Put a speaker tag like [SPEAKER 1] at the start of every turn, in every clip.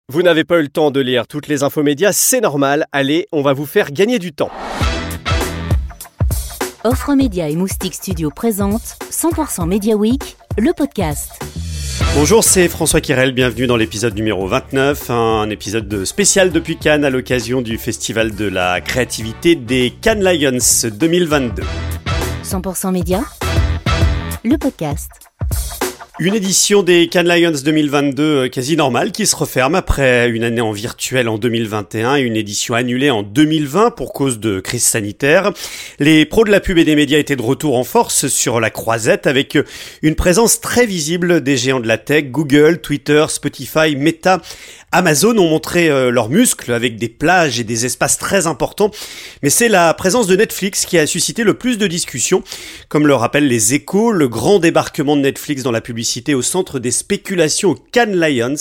[SPEAKER 1] Vous n'avez pas eu le temps de lire toutes les infos médias, c'est normal. Allez, on va vous faire gagner du temps.
[SPEAKER 2] Offre Média et Moustique Studio présente 100% Media Week, le podcast.
[SPEAKER 1] Bonjour, c'est François Kirel, bienvenue dans l'épisode numéro 29, un épisode spécial depuis Cannes à l'occasion du Festival de la créativité des Cannes Lions 2022.
[SPEAKER 2] 100% Média, le podcast.
[SPEAKER 1] Une édition des Cannes Lions 2022 quasi normale qui se referme après une année en virtuel en 2021 et une édition annulée en 2020 pour cause de crise sanitaire. Les pros de la pub et des médias étaient de retour en force sur la croisette avec une présence très visible des géants de la tech. Google, Twitter, Spotify, Meta, Amazon ont montré leurs muscles avec des plages et des espaces très importants. Mais c'est la présence de Netflix qui a suscité le plus de discussions. Comme le rappellent les Échos, le grand débarquement de Netflix dans la publicité au centre des spéculations aux Cannes Lions.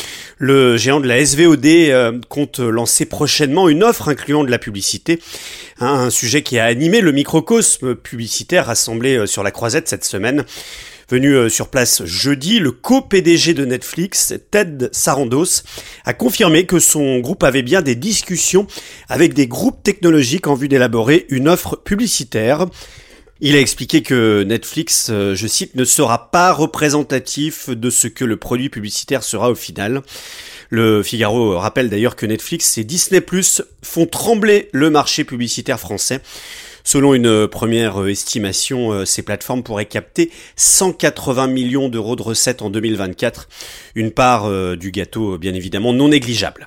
[SPEAKER 1] Le géant de la SVOD compte lancer prochainement une offre incluant de la publicité. Un sujet qui a animé le microcosme publicitaire rassemblé sur la croisette cette semaine. Venu sur place jeudi, le co-PDG de Netflix, Ted Sarandos, a confirmé que son groupe avait bien des discussions avec des groupes technologiques en vue d'élaborer une offre publicitaire. Il a expliqué que Netflix, je cite, ne sera pas représentatif de ce que le produit publicitaire sera au final. Le Figaro rappelle d'ailleurs que Netflix et Disney+ font trembler le marché publicitaire français. Selon une première estimation, ces plateformes pourraient capter 180 millions d'euros de recettes en 2024, une part du gâteau bien évidemment non négligeable.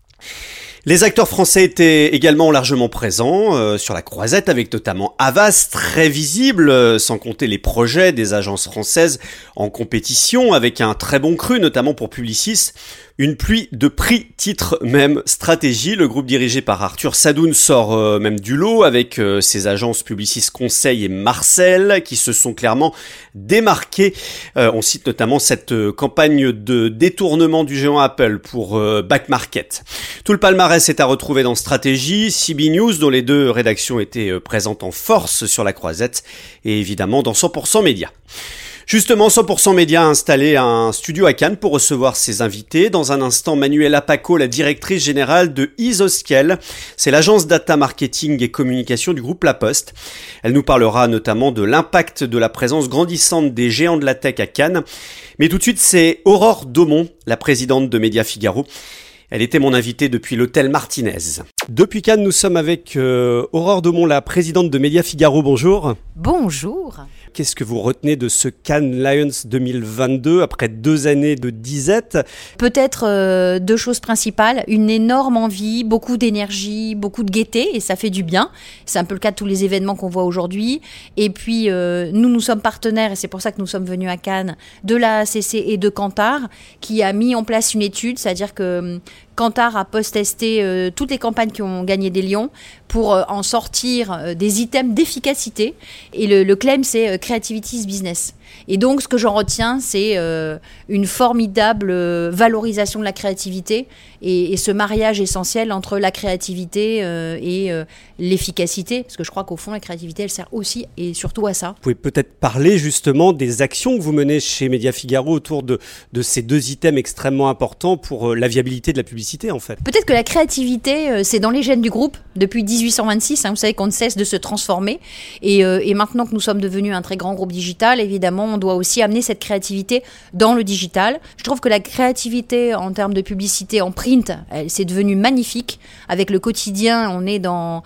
[SPEAKER 1] Les acteurs français étaient également largement présents sur la croisette avec notamment Havas, très visible, sans compter les projets des agences françaises en compétition avec un très bon cru, notamment pour Publicis. Une pluie de prix, titre même stratégie. Le groupe dirigé par Arthur Sadoun sort même du lot avec ses agences Publicis Conseil et Marcel qui se sont clairement démarquées. On cite notamment cette campagne de détournement du géant Apple pour Back Market. Tout le palmarès est à retrouver dans Stratégie, CB News dont les deux rédactions étaient présentes en force sur la croisette et évidemment dans 100% Média. Justement, 100% Média a installé un studio à Cannes pour recevoir ses invités. Dans un instant, Manuela Paco, la directrice générale de Isoskel. C'est l'agence data marketing et communication du groupe La Poste. Elle nous parlera notamment de l'impact de la présence grandissante des géants de la tech à Cannes. Mais tout de suite, c'est Aurore Daumont, la présidente de Média Figaro. Elle était mon invitée depuis l'hôtel Martinez. Depuis Cannes, nous sommes avec Aurore Daumont, la présidente de Média Figaro. Bonjour.
[SPEAKER 2] Bonjour.
[SPEAKER 1] Qu'est-ce que vous retenez de ce Cannes Lions 2022 après 2 années de disette ?
[SPEAKER 2] Peut-être 2 choses principales. Une énorme envie, beaucoup d'énergie, beaucoup de gaieté et ça fait du bien. C'est un peu le cas de tous les événements qu'on voit aujourd'hui. Et puis nous sommes partenaires et c'est pour ça que nous sommes venus à Cannes de la ACC et de Kantar qui a mis en place une étude, c'est-à-dire que Kantar a post-testé toutes les campagnes qui ont gagné des lions pour en sortir des items d'efficacité. Et le claim, c'est Creativity is Business. Et donc, ce que j'en retiens, c'est une formidable valorisation de la créativité et ce mariage essentiel entre la créativité et l'efficacité. Parce que je crois qu'au fond, la créativité, elle sert aussi et surtout à ça.
[SPEAKER 1] Vous pouvez peut-être parler justement des actions que vous menez chez Média Figaro autour de ces 2 items extrêmement importants pour la viabilité de la publicité, en fait.
[SPEAKER 2] Peut-être que la créativité, c'est dans les gènes du groupe depuis 1826. Vous savez qu'on ne cesse de se transformer. Et maintenant que nous sommes devenus un très grand groupe digital, évidemment, on doit aussi amener cette créativité dans le digital. Je trouve que la créativité en termes de publicité en print, c'est devenu magnifique. Avec le quotidien, on est dans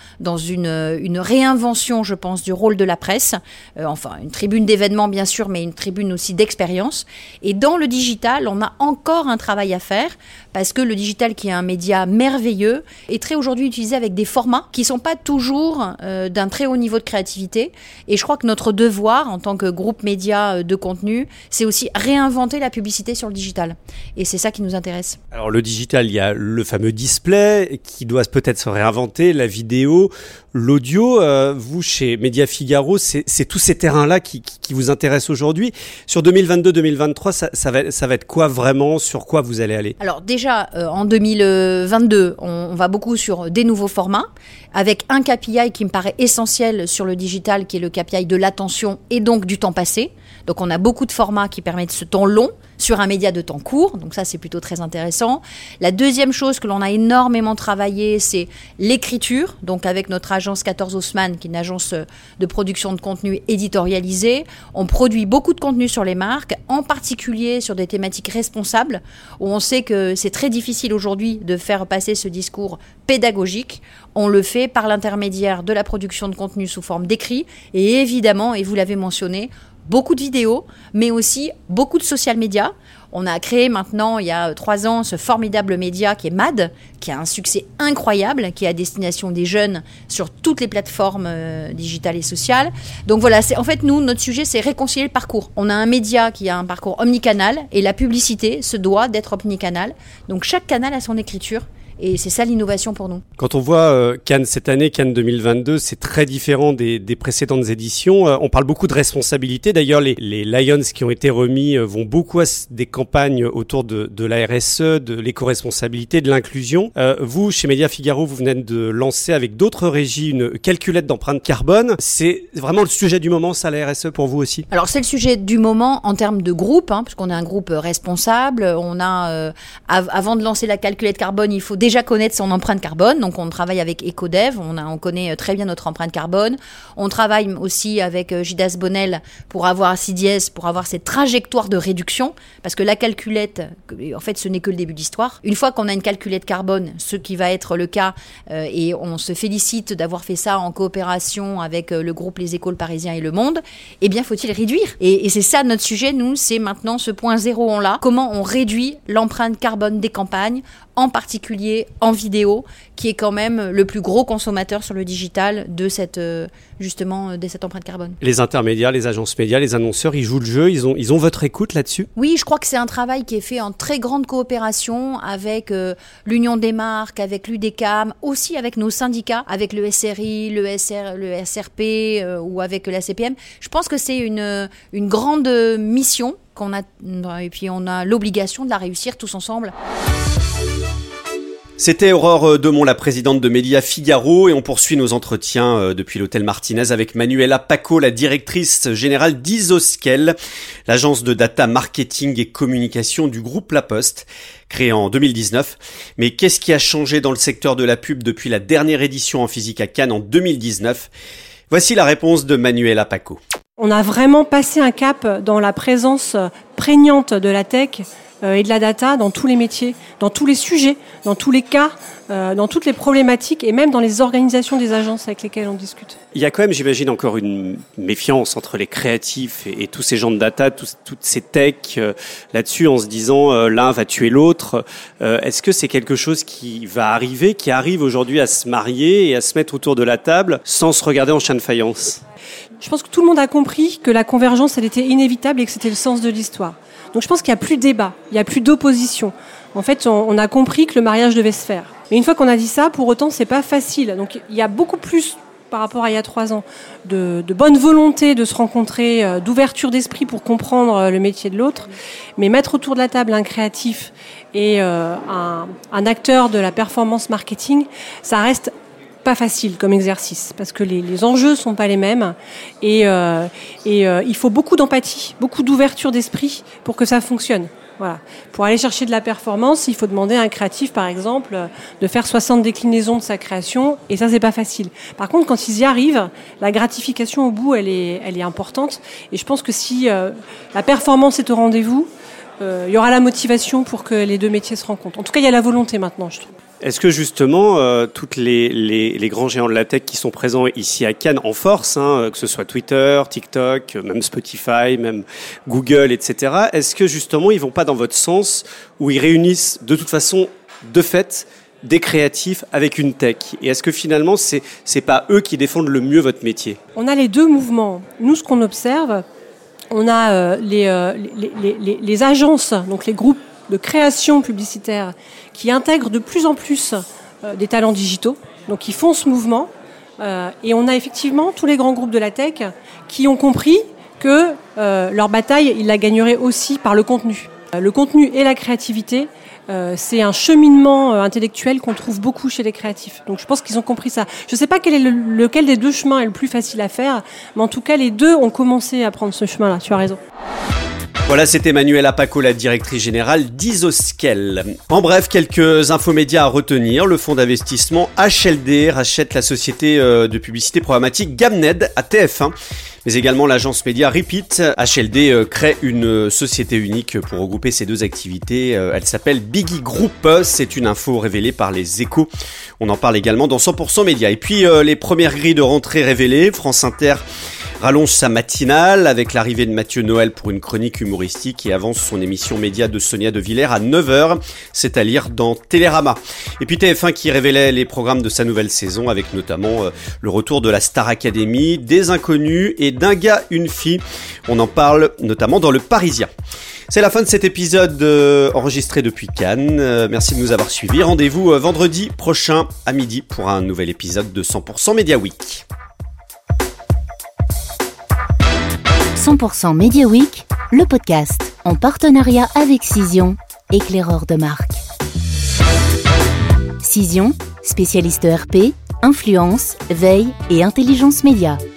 [SPEAKER 2] une réinvention, je pense, du rôle de la presse. Enfin, une tribune d'événements, bien sûr, mais une tribune aussi d'expérience. Et dans le digital, on a encore un travail à faire parce que le digital, qui est un média merveilleux, est très aujourd'hui utilisé avec des formats qui ne sont pas toujours d'un très haut niveau de créativité. Et je crois que notre devoir, en tant que groupe média de contenu, c'est aussi réinventer la publicité sur le digital. Et c'est ça qui nous intéresse.
[SPEAKER 1] Alors le digital, il y a le fameux display qui doit peut-être se réinventer, la vidéo, l'audio. Vous, chez Média Figaro, c'est tous ces terrains-là qui vous intéressent aujourd'hui. Sur 2022-2023, ça va être quoi vraiment ? Sur quoi vous allez aller ?
[SPEAKER 2] Alors déjà, en 2022, on va beaucoup sur des nouveaux formats, avec un KPI qui me paraît essentiel sur le digital, qui est le KPI de l'attention et donc du temps passé. Donc on a beaucoup de formats qui permettent ce temps long sur un média de temps court. Donc ça, c'est plutôt très intéressant. La deuxième chose que l'on a énormément travaillé, c'est l'écriture. Donc avec notre agence 14 Haussmann, qui est une agence de production de contenu éditorialisé, on produit beaucoup de contenu sur les marques, en particulier sur des thématiques responsables, où on sait que c'est très difficile aujourd'hui de faire passer ce discours pédagogique. On le fait par l'intermédiaire de la production de contenu sous forme d'écrit et évidemment, et vous l'avez mentionné, beaucoup de vidéos, mais aussi beaucoup de social media. On a créé maintenant, il y a 3 ans, ce formidable média qui est MAD, qui a un succès incroyable, qui est à destination des jeunes sur toutes les plateformes digitales et sociales. Donc voilà, en fait, nous, notre sujet, c'est réconcilier le parcours. On a un média qui a un parcours omnicanal et la publicité se doit d'être omnicanal. Donc chaque canal a son écriture. Et c'est ça l'innovation pour nous.
[SPEAKER 1] Quand on voit Cannes cette année, Cannes 2022, c'est très différent des précédentes éditions. On parle beaucoup de responsabilité. D'ailleurs, les Lions qui ont été remis vont beaucoup à des campagnes autour de la RSE, de l'éco-responsabilité, de l'inclusion. Vous, chez Média Figaro, vous venez de lancer avec d'autres régies une calculette d'empreinte carbone. C'est vraiment le sujet du moment, ça, la RSE, pour vous aussi?
[SPEAKER 2] Alors, c'est le sujet du moment en termes de groupe, puisqu'on est un groupe responsable. On a, avant de lancer la calculette carbone, il faut déjà connaître son empreinte carbone. Donc, on travaille avec EcoDev. On connaît très bien notre empreinte carbone. On travaille aussi avec Gildas Bonnel pour avoir CDS, pour avoir cette trajectoire de réduction. Parce que la calculette, en fait, ce n'est que le début de l'histoire. Une fois qu'on a une calculette carbone, ce qui va être le cas, et on se félicite d'avoir fait ça en coopération avec le groupe Les Échos, Le Parisien et Le Monde, eh bien, faut-il réduire? Et c'est ça notre sujet, nous, c'est maintenant ce point zéro on l'a. Comment on réduit l'empreinte carbone des campagnes, en particulier en vidéo, qui est quand même le plus gros consommateur sur le digital de cette empreinte carbone.
[SPEAKER 1] Les intermédiaires, les agences médias, les annonceurs, ils jouent le jeu, ils ont votre écoute là-dessus?
[SPEAKER 2] Oui, je crois que c'est un travail qui est fait en très grande coopération avec l'Union des marques, avec l'UDECAM, aussi avec nos syndicats, avec le SRI, le SRP ou avec la CPM. Je pense que c'est une grande mission qu'on a, et puis on a l'obligation de la réussir tous ensemble.
[SPEAKER 1] C'était Aurore Demont, la présidente de Média Figaro, et on poursuit nos entretiens depuis l'hôtel Martinez avec Manuela Paco, la directrice générale d'Isoskel, l'agence de data marketing et communication du groupe La Poste, créée en 2019. Mais qu'est-ce qui a changé dans le secteur de la pub depuis la dernière édition en physique à Cannes en 2019 ? Voici la réponse de Manuela Paco.
[SPEAKER 3] On a vraiment passé un cap dans la présence prégnante de la tech et de la data dans tous les métiers, dans tous les sujets, dans tous les cas, dans toutes les problématiques et même dans les organisations des agences avec lesquelles on discute.
[SPEAKER 1] Il y a quand même, j'imagine, encore une méfiance entre les créatifs et tous ces gens de data, toutes ces techs là-dessus, en se disant l'un va tuer l'autre. Est-ce que c'est quelque chose qui va arriver, qui arrive aujourd'hui à se marier et à se mettre autour de la table sans se regarder en chien de faïence ?
[SPEAKER 3] Je pense que tout le monde a compris que la convergence, elle était inévitable et que c'était le sens de l'histoire. Donc je pense qu'il n'y a plus de débat, il n'y a plus d'opposition. En fait, on a compris que le mariage devait se faire. Mais une fois qu'on a dit ça, pour autant, c'est pas facile. Donc il y a beaucoup plus, par rapport à il y a 3 ans, de bonne volonté de se rencontrer, d'ouverture d'esprit pour comprendre le métier de l'autre. Mais mettre autour de la table un créatif et un acteur de la performance marketing, ça reste pas facile comme exercice parce que les enjeux sont pas les mêmes et il faut beaucoup d'empathie, beaucoup d'ouverture d'esprit pour que ça fonctionne. Voilà. Pour aller chercher de la performance, il faut demander à un créatif, par exemple, de faire 60 déclinaisons de sa création et ça, c'est pas facile. Par contre, quand ils y arrivent, la gratification au bout, elle est importante et je pense que si la performance est au rendez-vous, il y aura la motivation pour que les deux métiers se rencontrent. En tout cas, il y a la volonté maintenant, je trouve.
[SPEAKER 1] Est-ce que justement, toutes les grands géants de la tech qui sont présents ici à Cannes en force, que ce soit Twitter, TikTok, même Spotify, même Google, etc., est-ce que justement ils vont pas dans votre sens où ils réunissent de toute façon, de fait, des créatifs avec une tech? Et est-ce que finalement c'est pas eux qui défendent le mieux votre métier?
[SPEAKER 3] On a les deux mouvements. Nous, ce qu'on observe, on a les agences, donc les groupes de création publicitaire qui intègrent de plus en plus des talents digitaux, donc qui font ce mouvement. Et on a effectivement tous les grands groupes de la tech qui ont compris que leur bataille, ils la gagneraient aussi par le contenu. Le contenu et la créativité, c'est un cheminement intellectuel qu'on trouve beaucoup chez les créatifs. Donc je pense qu'ils ont compris ça. Je ne sais pas quel est lequel des deux chemins est le plus facile à faire, mais en tout cas les deux ont commencé à prendre ce chemin-là, tu as raison.
[SPEAKER 1] Voilà, c'était Manuela Paco, la directrice générale d'Isoskel. En bref, quelques infomédias à retenir. Le fonds d'investissement HLD rachète la société de publicité programmatique Gamned à TF1. Mais également l'agence média Repeat. HLD crée une société unique pour regrouper ces deux activités. Elle s'appelle Biggie Group. C'est une info révélée par les Échos. On en parle également dans 100% Média. Et puis les premières grilles de rentrée révélées. France Inter rallonge sa matinale avec l'arrivée de Mathieu Noël pour une chronique humoristique et avance son émission média de Sonia De Villers à 9h. C'est à lire dans Télérama. Et puis TF1 qui révélait les programmes de sa nouvelle saison avec notamment le retour de la Star Academy, des inconnus et d'un gars, une fille. On en parle notamment dans Le Parisien. C'est la fin de cet épisode enregistré depuis Cannes. Merci de nous avoir suivis. Rendez-vous vendredi prochain à midi pour un nouvel épisode de 100% Media Week.
[SPEAKER 4] 100% Media Week, le podcast en partenariat avec Cision, éclaireur de marque. Cision, spécialiste ERP, influence, veille et intelligence média.